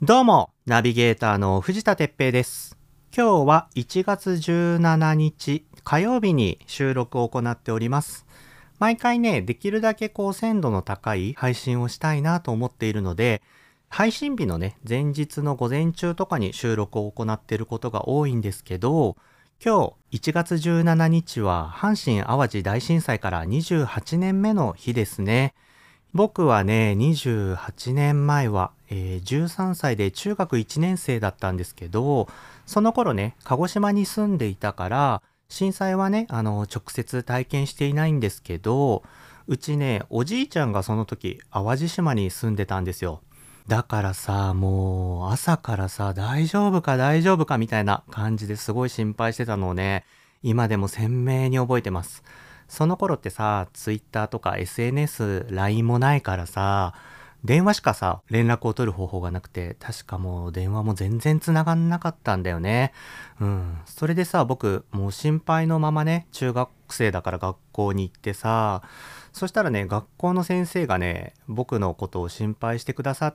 どうも、ナビゲーターの藤田哲平です。今日は1月17日火曜日に収録を行っております。毎回ね、できるだけ鮮度の高い配信をしたいなと思っているので、配信日のね、前日の午前中とかに収録を行っていることが多いんですけど、今日1月17日は阪神淡路大震災から28年目の日ですね。僕はね、28年前は、13歳で中学1年生だったんですけど、その頃ね、鹿児島に住んでいたから、震災はね、直接体験していないんですけど、うちね、おじいちゃんがその時、淡路島に住んでたんですよ。だからさ、もう朝からさ、大丈夫か大丈夫かみたいな感じですごい心配してたのをね、今でも鮮明に覚えてます。その頃ってさ、ツイッターとか SNS、LINE もないからさ、電話しかさ、連絡を取る方法がなくて、確かもう電話も全然繋がんなかったんだよね。それでさ、僕、もう心配のままね、中学生だから学校に行ってさ、そしたらね、学校の先生がね、僕のことを心配してくださって、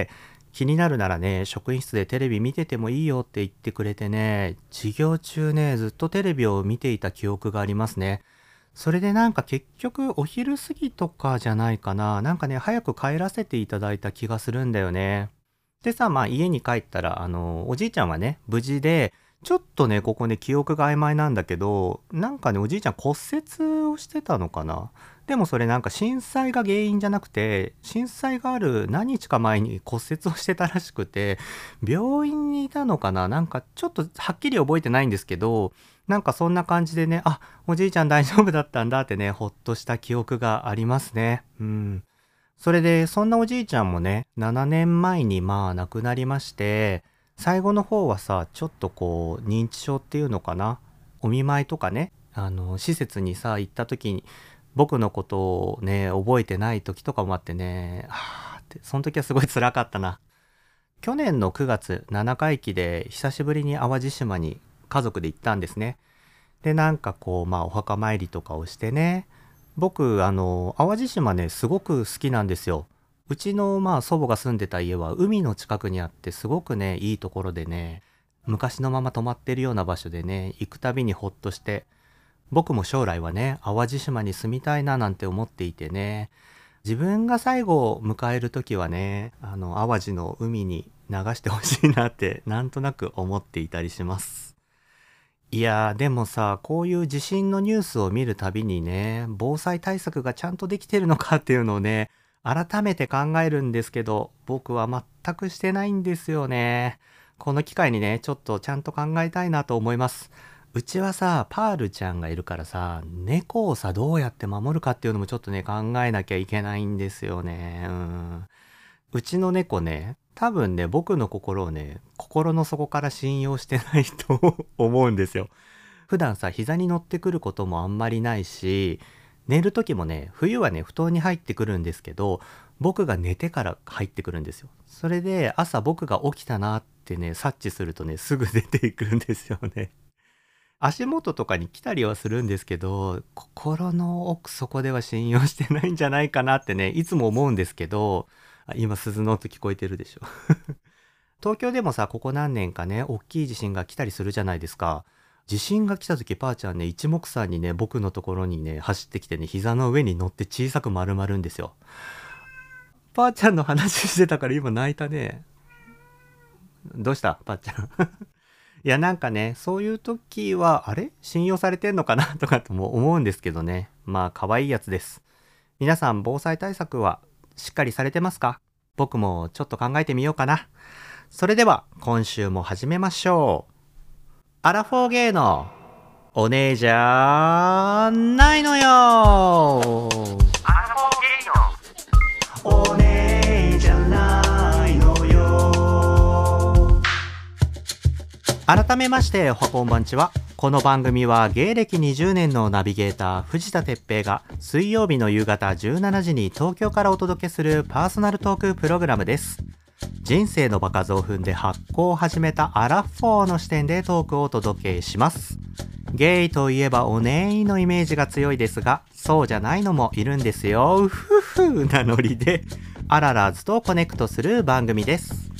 気になるならね、職員室でテレビ見ててもいいよって言ってくれてね、授業中ね、ずっとテレビを見ていた記憶がありますね。それでなんか結局お昼過ぎとかじゃないかな。なんかね、早く帰らせていただいた気がするんだよね。でさ、まあ家に帰ったら、おじいちゃんはね、無事で、ちょっとね、ここね、記憶が曖昧なんだけど、なんかね、おじいちゃん骨折をしてたのかな。でもそれなんか震災が原因じゃなくて、震災がある何日か前に骨折をしてたらしくて、病院にいたのかな。なんかちょっとはっきり覚えてないんですけど、なんかそんな感じでね、あ、おじいちゃん大丈夫だったんだってね、ほっとした記憶がありますね。それで、そんなおじいちゃんもね、7年前にまあ亡くなりまして、最後の方はさ、ちょっと認知症っていうのかな。お見舞いとかね、施設にさ、行った時に、僕のことをね、覚えてない時とかもあってね、はーって、その時はすごい辛かったな。去年の9月、7回忌で久しぶりに淡路島に家族で行ったんですね。で、なんかまあ、お墓参りとかをしてね、僕、淡路島ね、すごく好きなんですよ。うちの、まあ、祖母が住んでた家は海の近くにあって、すごくね、いいところでね、昔のまま泊まってるような場所でね、行くたびにほっとして、僕も将来はね、淡路島に住みたいななんて思っていてね、自分が最後を迎える時はね、淡路の海に流してほしいなって、なんとなく思っていたりします。いやー、でもさ、こういう地震のニュースを見るたびにね、防災対策がちゃんとできてるのかっていうのをね、改めて考えるんですけど、僕は全くしてないんですよね。この機会にね、ちょっとちゃんと考えたいなと思います。うちはさ、パールちゃんがいるからさ、猫をさ、どうやって守るかっていうのもちょっとね、考えなきゃいけないんですよね。うちの猫ね、多分ね、僕の心をね、心の底から信用してないと思うんですよ。普段さ、膝に乗ってくることもあんまりないし、寝る時もね、冬はね、布団に入ってくるんですけど、僕が寝てから入ってくるんですよ。それで、朝僕が起きたなってね、察知するとね、すぐ出ていくんですよね。足元とかに来たりはするんですけど、心の奥底では信用してないんじゃないかなってね、いつも思うんですけど、今鈴の音聞こえてるでしょ。東京でもさ、ここ何年かね、大きい地震が来たりするじゃないですか。地震が来た時、パーちゃんね、一目散にね、僕のところにね、走ってきてね、膝の上に乗って小さく丸まるんですよ。パーちゃんの話してたから今泣いたね。どうしたパーちゃん。いや、なんかね、そういう時は、あれ信用されてんのかなとかとも思うんですけどね。まあ、可愛いやつです。皆さん、防災対策はしっかりされてますか？僕もちょっと考えてみようかな。それでは、今週も始めましょう。アラフォーゲーのお姉じゃないのよ。アラフォーゲーのお姉じゃないのよ。改めましておはこんばんちは。この番組は芸歴20年のナビゲーター藤田哲平が水曜日の夕方17時に東京からお届けするパーソナルトークプログラムです。人生の場数を踏んで発行を始めたアラフォーの視点でトークをお届けします。ゲイといえばお姉のイメージが強いですが、そうじゃないのもいるんですよ。うふふなノリでアララーズとコネクトする番組です。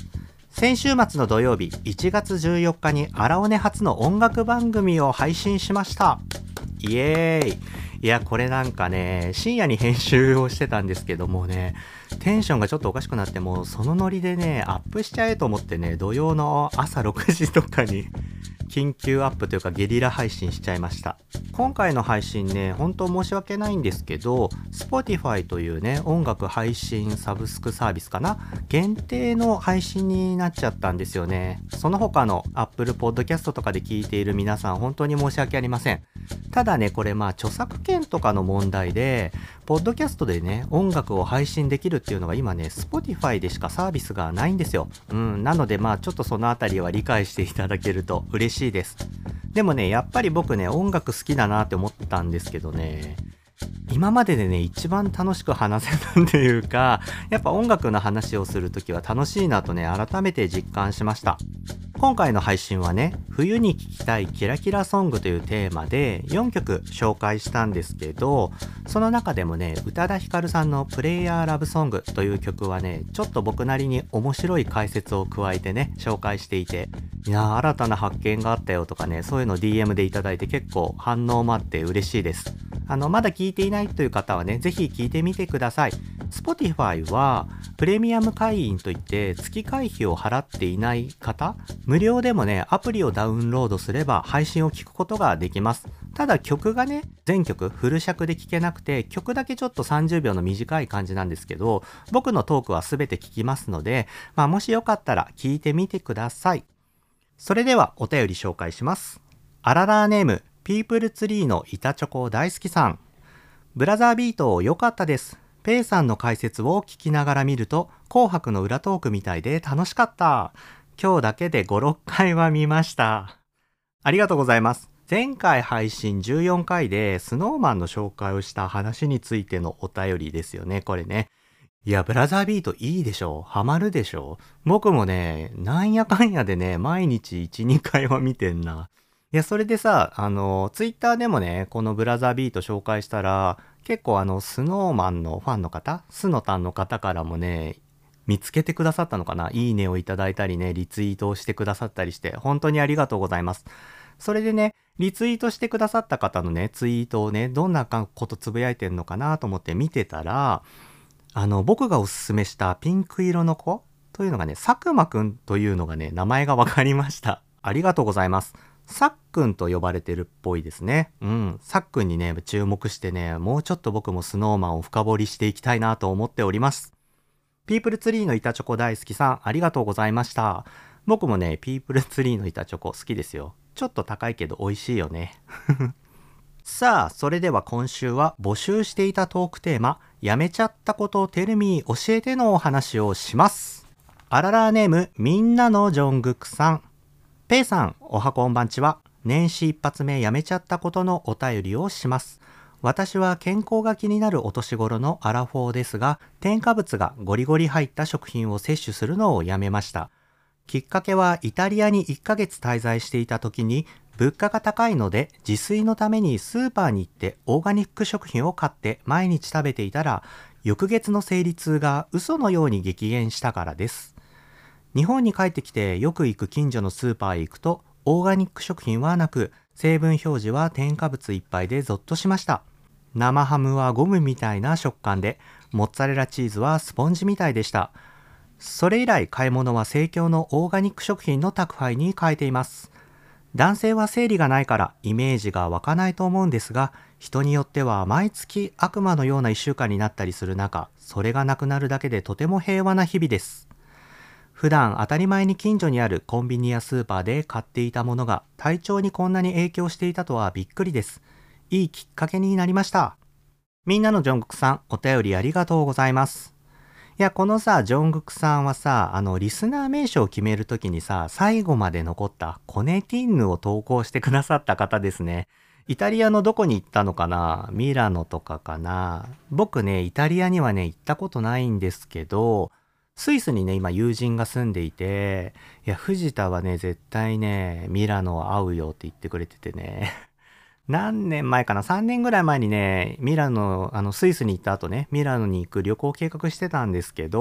先週末の土曜日1月14日に荒尾根初の音楽番組を配信しました。イエーイ。いやこれなんかね深夜に編集をしてたんですけどもね、テンションがちょっとおかしくなって、もうそのノリでねアップしちゃえと思ってね、土曜の朝6時とかに緊急アップというかゲリラ配信しちゃいました。今回の配信ね、本当申し訳ないんですけど、Spotify というね音楽配信サブスクサービスかな、限定の配信になっちゃったんですよね。その他の Apple Podcast とかで聞いている皆さん本当に申し訳ありません。ただねこれ著作権とかの問題でポッドキャストでね音楽を配信できるっていうのが今ね Spotify でしかサービスがないんですよ。なのでちょっとそのあたりは理解していただけると嬉しいです。でもねやっぱり僕ね音楽好きだなって思ったんですけどね、今まででね一番楽しく話せたっていうか、やっぱ音楽の話をするときは楽しいなとね改めて実感しました。今回の配信はね、冬に聴きたいキラキラソングというテーマで4曲紹介したんですけど、その中でもね、宇多田ヒカルさんのプレイヤーラブソングという曲はね、ちょっと僕なりに面白い解説を加えてね、紹介していて、いやー新たな発見があったよとかね、そういうの DM でいただいて結構反応もあって嬉しいです。まだ聞いていないという方はね、ぜひ聞いてみてください。Spotify はプレミアム会員といって月会費を払っていない方、無料でもねアプリをダウンロードすれば配信を聞くことができます。ただ曲がね全曲フル尺で聴けなくて、曲だけちょっと30秒の短い感じなんですけど、僕のトークは全て聞きますので、もしよかったら聞いてみてください。それではお便り紹介します。アララーネームピープルツリーの板チョコ大好きさん。ブラザービート良かったです。ペイさんの解説を聞きながら見ると紅白の裏トークみたいで楽しかった。今日だけで5、6回は見ました。ありがとうございます。前回配信14回で SnowMan の紹介をした話についてのお便りですよね、これね。いや、ブラザービートいいでしょ、ハマるでしょ。僕もね、なんやかんやでね、毎日1、2回は見てんな。いや、それでさ、ツイッターでもね、このブラザービート紹介したら、結構スノーマンのファンの方、スノタンの方からもね、見つけてくださったのかな、いいねをいただいたりね、リツイートをしてくださったりして、本当にありがとうございます。それでね、リツイートしてくださった方のね、ツイートをね、どんなことつぶやいてんのかなと思って見てたら、僕がおすすめしたピンク色の子というのがね、佐久間くんというのがね、名前がわかりました。ありがとうございます。さっくんと呼ばれてるっぽいですね。さっくんにね、注目してね、もうちょっと僕もスノーマンを深掘りしていきたいなと思っております。ピープルツリーの板チョコ大好きさん、ありがとうございました。僕もね、ピープルツリーの板チョコ好きですよ。ちょっと高いけど美味しいよね。さあ、それでは今週は募集していたトークテーマ、やめちゃったことをテルミー教えてのお話をします。あららネーム、みんなのジョングクさん。ペイさん、おはこんばんちは。年始一発目やめちゃったことのお便りをします。私は健康が気になるお年頃のアラフォーですが、添加物がゴリゴリ入った食品を摂取するのをやめました。きっかけはイタリアに1ヶ月滞在していた時に、物価が高いので自炊のためにスーパーに行ってオーガニック食品を買って毎日食べていたら、翌月の生理痛が嘘のように激減したからです。日本に帰ってきてよく行く近所のスーパーへ行くと、オーガニック食品はなく、成分表示は添加物いっぱいでゾッとしました。生ハムはゴムみたいな食感で、モッツァレラチーズはスポンジみたいでした。それ以来買い物は生協のオーガニック食品の宅配に変えています。男性は生理がないからイメージが湧かないと思うんですが、人によっては毎月悪魔のような1週間になったりする中、それがなくなるだけでとても平和な日々です。普段当たり前に近所にあるコンビニやスーパーで買っていたものが体調にこんなに影響していたとはびっくりです。いいきっかけになりました。みんなのジョングクさん、お便りありがとうございます。いや、このさ、ジョングクさんはさ、リスナー名称を決めるときにさ、最後まで残ったコネティンヌを投稿してくださった方ですね。イタリアのどこに行ったのかな、ミラノとかかな。僕ね、イタリアにはね、行ったことないんですけど、スイスにね、今友人が住んでいて、いや、藤田はね、絶対ね、ミラノ会うよって言ってくれててね。何年前かな、3年ぐらい前にね、ミラノ、スイスに行った後ね、ミラノに行く旅行を計画してたんですけど、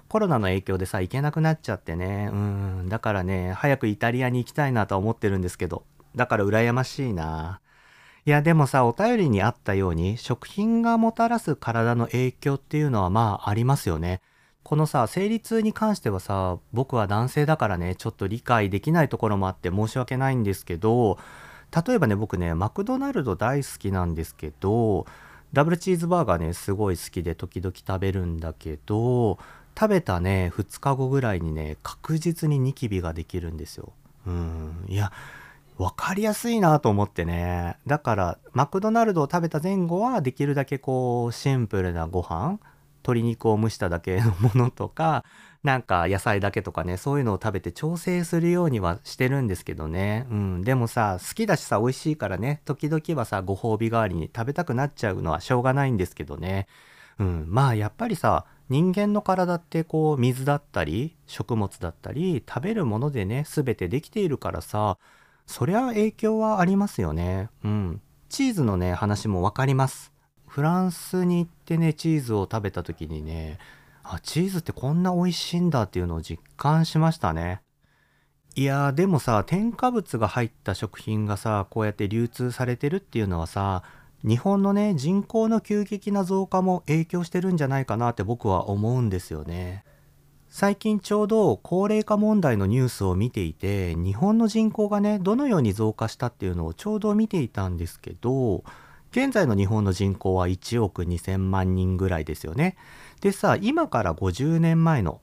コロナの影響でさ、行けなくなっちゃってね。だからね、早くイタリアに行きたいなとは思ってるんですけど。だから羨ましいな。いや、でもさ、お便りにあったように、食品がもたらす体の影響っていうのはまあありますよね。このさ、生理痛に関してはさ、僕は男性だからね、ちょっと理解できないところもあって申し訳ないんですけど、例えばね、僕ね、マクドナルド大好きなんですけど、ダブルチーズバーガーね、すごい好きで時々食べるんだけど、食べたね、2日後ぐらいにね、確実にニキビができるんですよ。いや、わかりやすいなと思ってね。だから、マクドナルドを食べた前後は、できるだけこう、シンプルなご飯、鶏肉を蒸しただけのものとか、なんか野菜だけとかね、そういうのを食べて調整するようにはしてるんですけどね。でもさ、好きだしさ、美味しいからね、時々はさ、ご褒美代わりに食べたくなっちゃうのはしょうがないんですけどね。まあやっぱりさ、人間の体ってこう、水だったり、食物だったり、食べるものでね、すべてできているからさ、そりゃ影響はありますよね。チーズのね、話もわかります。フランスに行ってね、チーズを食べた時にね、あ、チーズってこんな美味しいんだっていうのを実感しましたね。いやー、でもさ、添加物が入った食品がさ、こうやって流通されてるっていうのはさ、日本のね、人口の急激な増加も影響してるんじゃないかなって僕は思うんですよね。最近ちょうど高齢化問題のニュースを見ていて、日本の人口がね、どのように増加したっていうのをちょうど見ていたんですけど、現在の日本の人口は1億2000万人ぐらいですよね。でさ、今から50年前の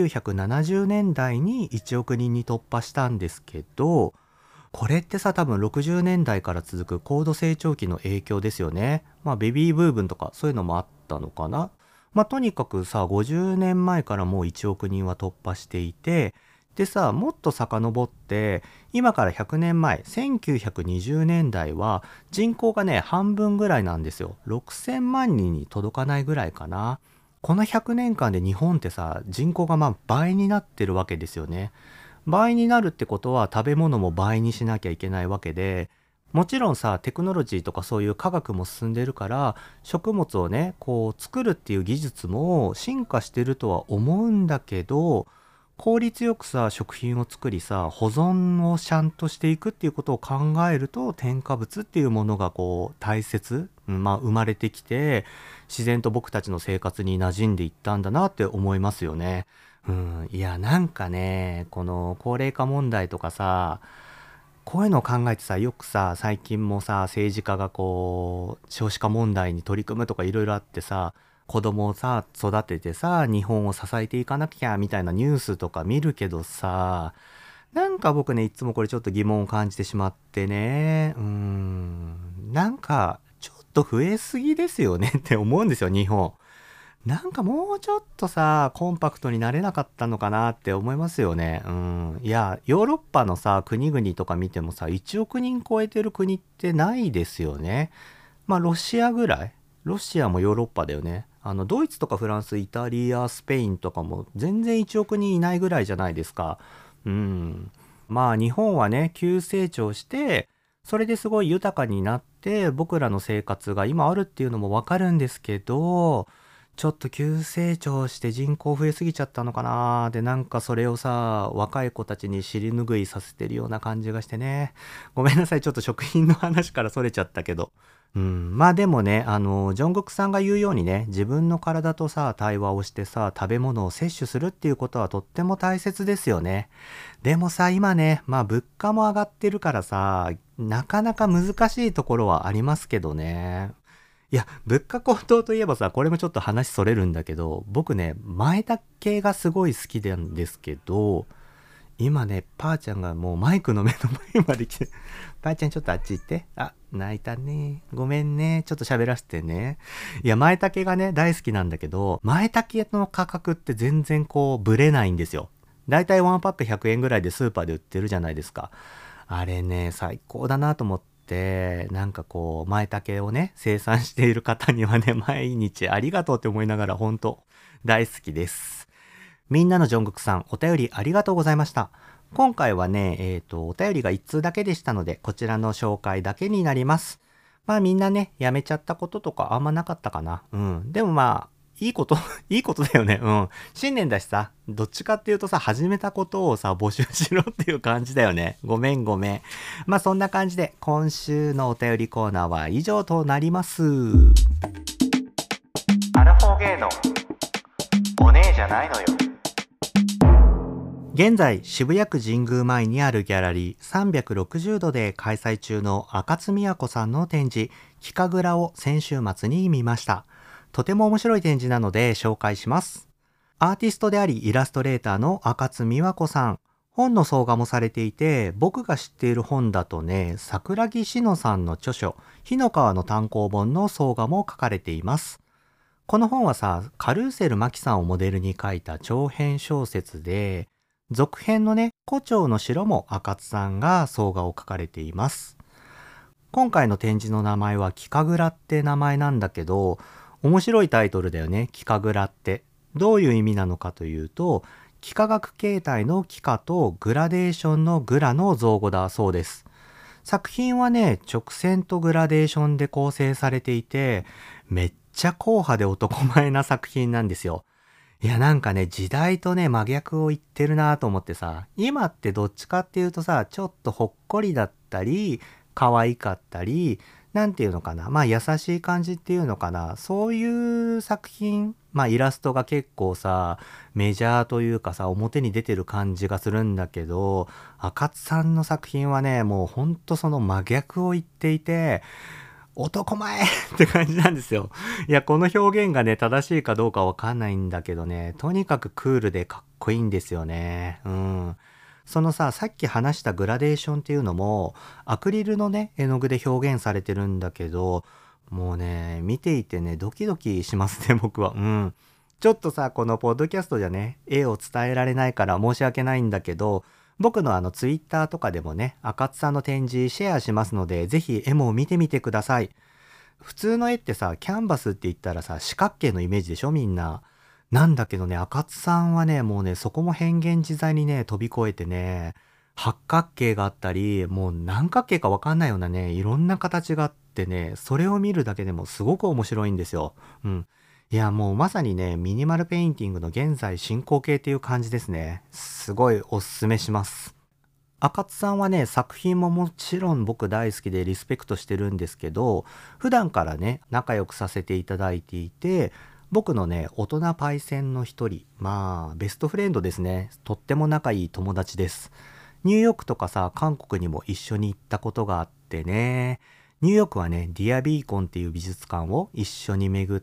1970年代に1億人に突破したんですけど、これってさ、多分60年代から続く高度成長期の影響ですよね。まあベビーブームとかそういうのもあったのかな。まあとにかくさ、50年前からもう1億人は突破していて、でさ、もっと遡って、今から100年前、1920年代は人口がね、半分ぐらいなんですよ。6000万人に届かないぐらいかな。この100年間で日本ってさ、人口がまあ倍になってるわけですよね。倍になるってことは食べ物も倍にしなきゃいけないわけで、もちろんさ、テクノロジーとかそういう科学も進んでるから、食物をね、こう作るっていう技術も進化してるとは思うんだけど、効率よくさ、食品を作りさ、保存をちゃんとしていくっていうことを考えると、添加物っていうものがこう、大切、まあ生まれてきて、自然と僕たちの生活に馴染んでいったんだなって思いますよね。いや、なんかね、この高齢化問題とかさ、こういうのを考えてさ、よくさ、最近もさ、政治家がこう、少子化問題に取り組むとかいろいろあってさ、子供をさ、育ててさ、日本を支えていかなきゃみたいなニュースとか見るけどさ、なんか僕ね、いつもこれちょっと疑問を感じてしまってね、なんか、ちょっと増えすぎですよねって思うんですよ、日本。なんかもうちょっとさ、コンパクトになれなかったのかなって思いますよね。いや、ヨーロッパのさ、国々とか見てもさ、1億人超えてる国ってないですよね。まあ、ロシアぐらい。ロシアもヨーロッパだよね。ドイツとかフランス、イタリア、スペインとかも全然1億人いないぐらいじゃないですか。まあ、日本はね、急成長して、それですごい豊かになって、僕らの生活が今あるっていうのもわかるんですけど、ちょっと急成長して人口増えすぎちゃったのかな。で、なんかそれをさ、若い子たちに尻拭いさせてるような感じがしてね。ごめんなさい、ちょっと食品の話からそれちゃったけど。まあでもね、ジョングクさんが言うようにね、自分の体とさ、対話をしてさ、食べ物を摂取するっていうことはとっても大切ですよね。でもさ、今ね、まあ物価も上がってるからさ、なかなか難しいところはありますけどね。いや、物価高騰といえばさ、これもちょっと話それるんだけど、僕ね、前竹がすごい好きなんですけど、今ね、パーちゃんがもうマイクの目の前まで来て、パーちゃんちょっとあっち行って。あ、泣いたね。ごめんね。ちょっと喋らせてね。いや、前竹がね、大好きなんだけど、前竹の価格って全然こう、ブレないんですよ。だいたいワンパック100円ぐらいでスーパーで売ってるじゃないですか。あれね、最高だなと思って、なんかこう、前竹をね、生産している方にはね、毎日ありがとうって思いながら、本当大好きです。みんなのジョングクさん、お便りありがとうございました。今回はね、お便りが1通だけでしたので、こちらの紹介だけになります。まあみんなね、やめちゃったこととかあんまなかったかな。でもまあ、 いいこと、いいことだよね。うん。新年だしさ、どっちかっていうとさ、始めたことをさ、募集しろっていう感じだよね。ごめんごめん。まあそんな感じで、今週のお便りコーナーは以上となります。アラフォーゲーのお姉じゃないのよ。現在、渋谷区神宮前にあるギャラリー360度で開催中の赤津美和子さんの展示、キカグラを先週末に見ました。とても面白い展示なので紹介します。アーティストでありイラストレーターの赤津美和子さん。本の総画もされていて、僕が知っている本だとね、桜木志乃さんの著書、火の川の単行本の総画も書かれています。この本はさ、カルーセル麻紀さんをモデルに書いた長編小説で、続編のね、胡蝶の城も赤津さんが総画を書かれています。今回の展示の名前はキカグラって名前なんだけど、面白いタイトルだよね、キカグラって。どういう意味なのかというと、幾何学形態の幾何とグラデーションのグラの造語だそうです。作品はね、直線とグラデーションで構成されていて、めっちゃ硬派で男前な作品なんですよ。いやなんかね、時代とね、真逆を言ってるなと思ってさ、今ってどっちかっていうとさ、ちょっとほっこりだったり、可愛かったり、なんていうのかな、まあ優しい感じっていうのかな、そういう作品、まあイラストが結構さ、メジャーというかさ、表に出てる感じがするんだけど、赤津さんの作品はね、もうほんとその真逆を言っていて、男前って感じなんですよ。いや、この表現がね、正しいかどうかわかんないんだけどね、とにかくクールでかっこいいんですよね。うん。そのさ、さっき話したグラデーションっていうのも、アクリルのね、絵の具で表現されてるんだけど、もうね、見ていてね、ドキドキしますね、僕は。うん。ちょっとさ、このポッドキャストじゃね、絵を伝えられないから申し訳ないんだけど、僕のツイッターとかでもね、赤津さんの展示シェアしますので、ぜひ絵も見てみてください。普通の絵ってさ、キャンバスって言ったらさ、四角形のイメージでしょ、みんな。なんだけどね、赤津さんはね、もうね、そこも変幻自在にね、飛び越えてね、八角形があったり、もう何角形かわかんないようなね、いろんな形があってね、それを見るだけでもすごく面白いんですよ。うん。いや、もうまさにね、ミニマルペインティングの現在進行形っていう感じですね。すごいおすすめします。赤津さんはね、作品ももちろん僕大好きでリスペクトしてるんですけど、普段からね、仲良くさせていただいていて、僕のね、大人パイセンの一人、まあ、ベストフレンドですね。とっても仲いい友達です。ニューヨークとかさ、韓国にも一緒に行ったことがあってね、ニューヨークはね、ディアビーコンっていう美術館を一緒に巡って、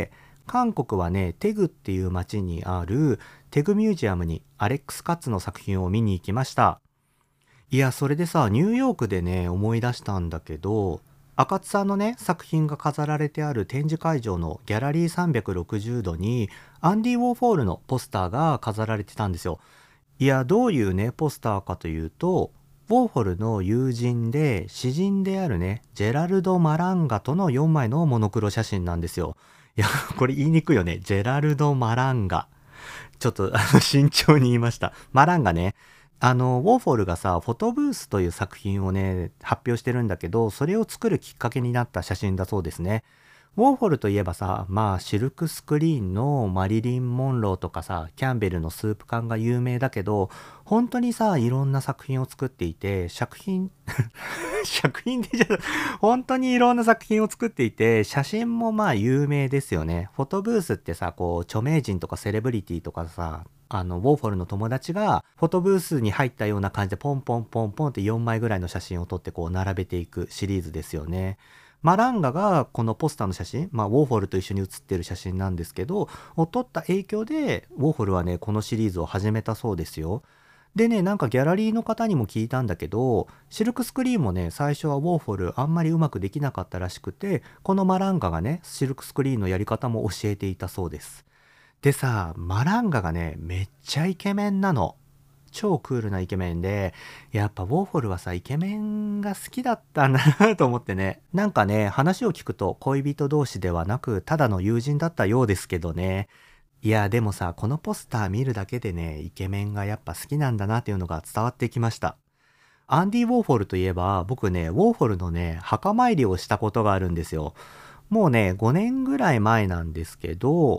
韓国はね、テグっていう街にあるテグミュージアムにアレックス・カッツの作品を見に行きました。いや、それでさ、ニューヨークでね、思い出したんだけど、赤津さんのね、作品が飾られてある展示会場のギャラリー360度に、アンディ・ウォーフォールのポスターが飾られてたんですよ。いや、どういうね、ポスターかというと、ウォーホルの友人で詩人であるね、ジェラルド・マランガとの4枚のモノクロ写真なんですよ。いや、これ言いにくいよね。ジェラルド・マランガ。ちょっと慎重に言いました。マランガね。ウォーフォルがさ、フォトブースという作品をね、発表してるんだけど、それを作るきっかけになった写真だそうですね。ウォーホルといえばさ、まあシルクスクリーンのマリリン・モンローとかさ、キャンベルのスープ缶が有名だけど、本当にさ、いろんな作品を作っていて、作品でじゃ、本当にいろんな作品を作っていて、写真もまあ有名ですよね。フォトブースってさ、こう、著名人とかセレブリティとかさ、ウォーフォルの友達がフォトブースに入ったような感じでポンポンポンポンって4枚ぐらいの写真を撮ってこう並べていくシリーズですよね。マランガがこのポスターの写真、まあウォーフォルと一緒に写ってる写真なんですけど、を撮った影響でウォーフォルはね、このシリーズを始めたそうですよ。でね、なんかギャラリーの方にも聞いたんだけど、シルクスクリーンもね、最初はウォーフォルあんまりうまくできなかったらしくて、このマランガがね、シルクスクリーンのやり方も教えていたそうです。でさ、マランガがね、めっちゃイケメンなの。超クールなイケメンで、やっぱウォーフォルはさ、イケメンが好きだったんだなと思ってね。なんかね、話を聞くと恋人同士ではなく、ただの友人だったようですけどね。いや、でもさ、このポスター見るだけでね、イケメンがやっぱ好きなんだなっていうのが伝わってきました。アンディ・ウォーフォルといえば、僕ね、ウォーフォルのね、墓参りをしたことがあるんですよ。もうね、5年ぐらい前なんですけど、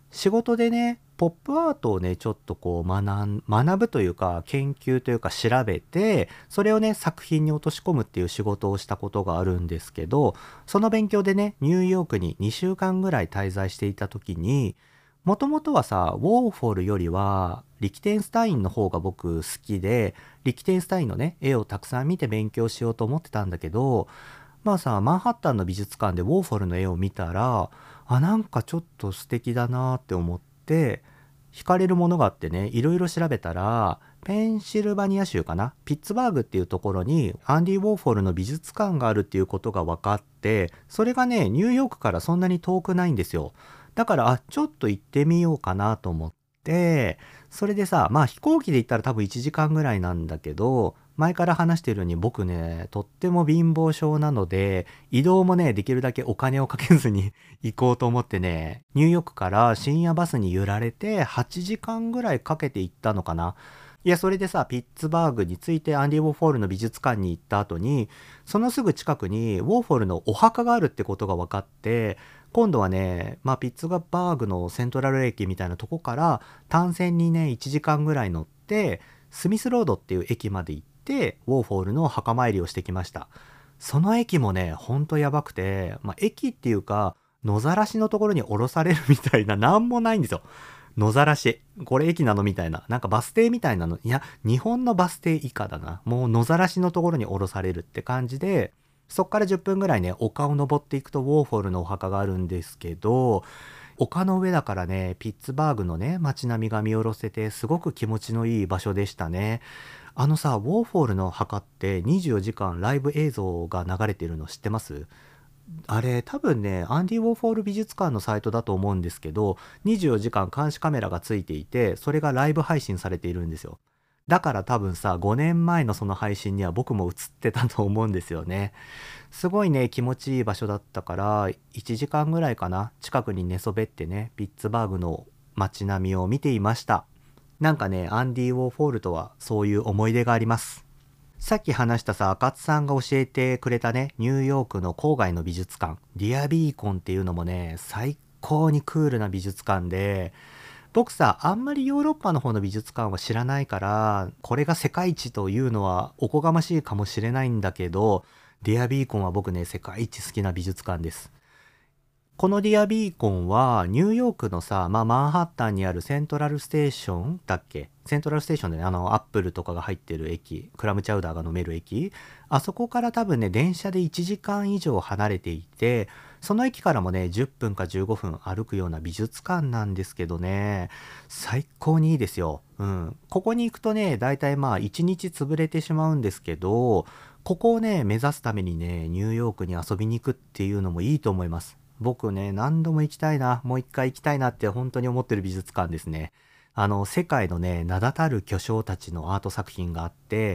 仕事でね、ポップアートをね、ちょっとこう学ぶというか、研究というか調べて、それをね、作品に落とし込むっていう仕事をしたことがあるんですけど、その勉強でね、ニューヨークに2週間ぐらい滞在していた時に、もともとはさ、ウォーホルよりは、リキテンスタインの方が僕好きで、リキテンスタインのね、絵をたくさん見て勉強しようと思ってたんだけど、まあさ、マンハッタンの美術館でウォーホルの絵を見たら、なんかちょっと素敵だなって思って、惹かれるものがあってね、いろいろ調べたら、ペンシルバニア州かな、ピッツバーグっていうところにアンディ・ウォーホルの美術館があるっていうことが分かって、それがね、ニューヨークからそんなに遠くないんですよ。だから、ちょっと行ってみようかなと思って、それでさ、まあ飛行機で行ったら多分1時間ぐらいなんだけど、前から話してるように僕ね、とっても貧乏症なので、移動もね、できるだけお金をかけずに行こうと思ってね、ニューヨークから深夜バスに揺られて8時間ぐらいかけて行ったのかな。いや、それでさ、ピッツバーグについてアンディ・ウォーホルの美術館に行った後に、そのすぐ近くにウォーホルのお墓があるってことが分かって、今度はね、まあ、ピッツバーグのセントラル駅みたいなとこから単線にね、1時間ぐらい乗って、スミスロードっていう駅まで行って、ウォーホルの墓参りをしてきました。その駅もね、ほんとやばくて、まあ、駅っていうか、野ざらしのところに降ろされるみたいな、なんもないんですよ。野ざらし。これ駅なのみたいな。なんかバス停みたいなの。いや、日本のバス停以下だな。もう野ざらしのところに降ろされるって感じで、そっから10分ぐらいね、丘を登っていくとウォーホルのお墓があるんですけど、丘の上だからね、ピッツバーグのね、街並みが見下ろせて、すごく気持ちのいい場所でしたね。ウォーホルの墓って24時間ライブ映像が流れてるの知ってます？あれ多分ね、アンディ・ウォーホル美術館のサイトだと思うんですけど、24時間監視カメラがついていて、それがライブ配信されているんですよ。だから多分さ、5年前のその配信には僕も映ってたと思うんですよね。すごいね、気持ちいい場所だったから、1時間ぐらいかな、近くに寝そべってね、ピッツバーグの街並みを見ていました。なんかね、アンディ・ウォーホルとはそういう思い出があります。さっき話したさ、赤津さんが教えてくれたね、ニューヨークの郊外の美術館、ディアビーコンっていうのもね、最高にクールな美術館で、僕さ、あんまりヨーロッパの方の美術館は知らないから、これが世界一というのはおこがましいかもしれないんだけど、ディアビーコンは僕ね、世界一好きな美術館です。このディアビーコンはニューヨークのさ、まあ、マンハッタンにあるセントラルステーションだっけ？セントラルステーションでね、アップルとかが入ってる駅、クラムチャウダーが飲める駅、あそこから多分ね、電車で1時間以上離れていて、その駅からもね、10分か15分歩くような美術館なんですけどね、最高にいいですよ。うん。ここに行くとね、だいたいまあ1日潰れてしまうんですけど、ここをね、目指すためにね、ニューヨークに遊びに行くっていうのもいいと思います。僕ね、何度も行きたいな、もう一回行きたいなって本当に思ってる美術館ですね。世界のね、名だたる巨匠たちのアート作品があって、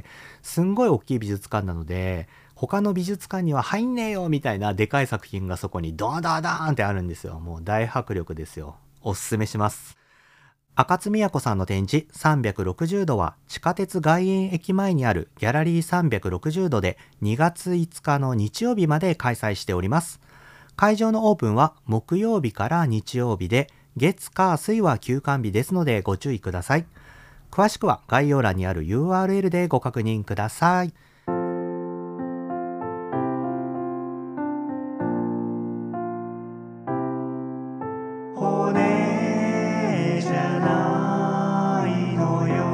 すんごい大きい美術館なので、他の美術館には入んねえよみたいなでかい作品がそこにドーンドーンドーンってあるんですよ。もう大迫力ですよ。おすすめします。赤津宮子さんの展示360度は地下鉄外苑駅前にあるギャラリー360度で2月5日の日曜日まで開催しております。会場のオープンは木曜日から日曜日で、月火水は休館日ですのでご注意ください。詳しくは概要欄にある URL でご確認ください。骨じゃないのよ。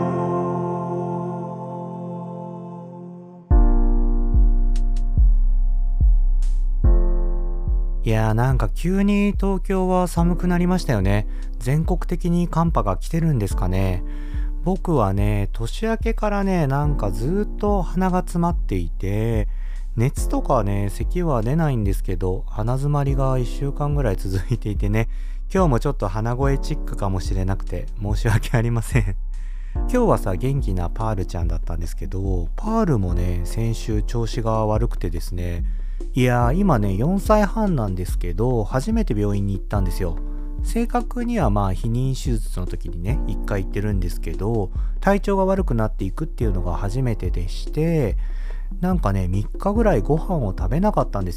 いやーなんか急に東京は寒くなりましたよね。全国的に寒波が来てるんですかね。僕はね、年明けからね、なんかずっと鼻が詰まっていて、熱とかね、咳は出ないんですけど、鼻詰まりが1週間ぐらい続いていてね、今日もちょっと鼻声チックかもしれなくて申し訳ありません。今日はさ、元気なパールちゃんだったんですけど、パールもね、先週調子が悪くてですね、いやー今ね4歳半なんですけど、初めて病院に行ったんですよ。正確にはまあ避妊手術の時にね1回行ってるんですけど、体調が悪くなっていくっていうのが初めてでして、なんかね3日ぐらいご飯を食べなかったんですよ。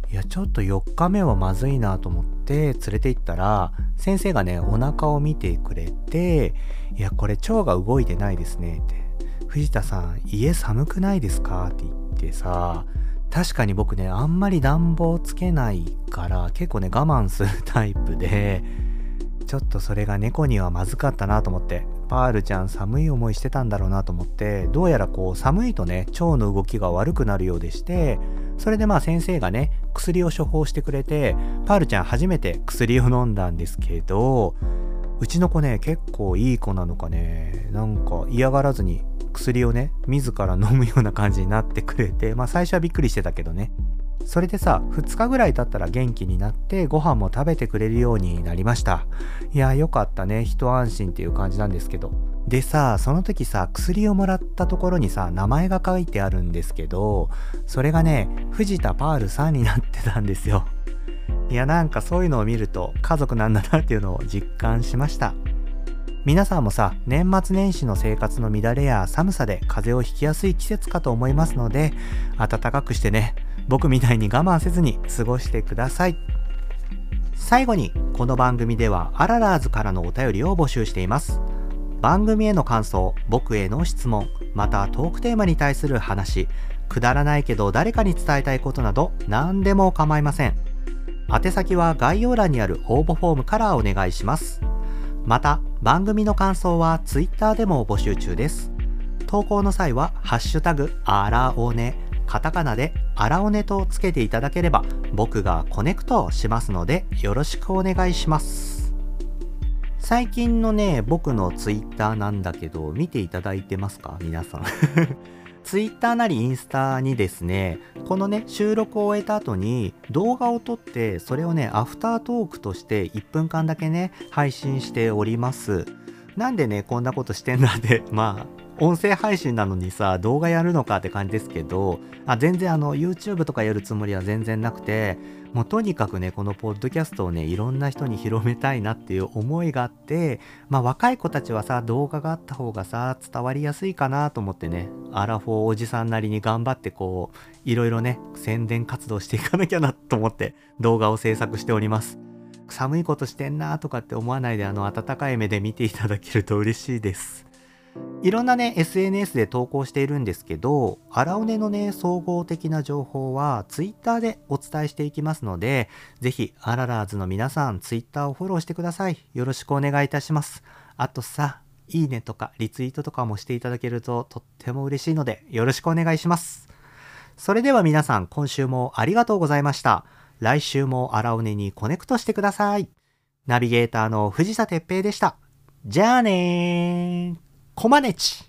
いや、ちょっと4日目はまずいなと思って連れて行ったら、先生がね、お腹を見てくれて、いや、これ腸が動いてないですねって。藤田さん、家寒くないですかって言ってさ、確かに僕ね、あんまり暖房つけないから、結構ね、我慢するタイプで、ちょっとそれが猫にはまずかったなと思って、パールちゃん寒い思いしてたんだろうなと思って、どうやらこう寒いとね、腸の動きが悪くなるようでして、それでまあ先生がね、薬を処方してくれて、パールちゃん初めて薬を飲んだんですけど、うちの子ね、結構いい子なのかね、なんか嫌がらずに薬をね、自ら飲むような感じになってくれて、まあ最初はびっくりしてたけどね。それでさ、2日ぐらい経ったら元気になってご飯も食べてくれるようになりました。いや、よかったね。一安心っていう感じなんですけど。でさ、その時さ、薬をもらったところにさ、名前が書いてあるんですけど、それがね、藤田パールさんになってたんですよ。いや、なんかそういうのを見ると家族なんだなっていうのを実感しました。皆さんもさ、年末年始の生活の乱れや寒さで風邪をひきやすい季節かと思いますので、暖かくしてね、僕みたいに我慢せずに過ごしてください。最後に、この番組ではアララーズからのお便りを募集しています。番組への感想、僕への質問、またトークテーマに対する話、くだらないけど誰かに伝えたいことなど何でも構いません。宛先は概要欄にある応募フォームからお願いします。また、番組の感想は Twitter でも募集中です。投稿の際は、ハッシュタグ、あらおね、カタカナであらおねとつけていただければ、僕がコネクトしますので、よろしくお願いします。最近のね、僕の Twitter なんだけど、見ていただいてますか皆さん。ツイッターなりインスタにですね、このね、収録を終えた後に動画を撮って、それをね、アフタートークとして1分間だけね、配信しております。なんでね、こんなことしてんだって、まあ、音声配信なのにさ、動画やるのかって感じですけど、全然YouTube とかやるつもりは全然なくて、もうとにかくね、このポッドキャストをね、いろんな人に広めたいなっていう思いがあって、まあ若い子たちはさ、動画があった方がさ、伝わりやすいかなと思ってね、アラフォーおじさんなりに頑張ってこう、いろいろね、宣伝活動していかなきゃなと思って動画を制作しております。寒いことしてんなとかって思わないで温かい目で見ていただけると嬉しいです。いろんなね、SNS で投稿しているんですけど、アラオネのね、総合的な情報は Twitter でお伝えしていきますので、ぜひ、アララーズの皆さん、Twitter をフォローしてください。よろしくお願いいたします。あとさ、いいねとかリツイートとかもしていただけるととっても嬉しいので、よろしくお願いします。それでは皆さん、今週もありがとうございました。来週もアラオネにコネクトしてください。ナビゲーターの藤田哲平でした。じゃあねー。コマネチ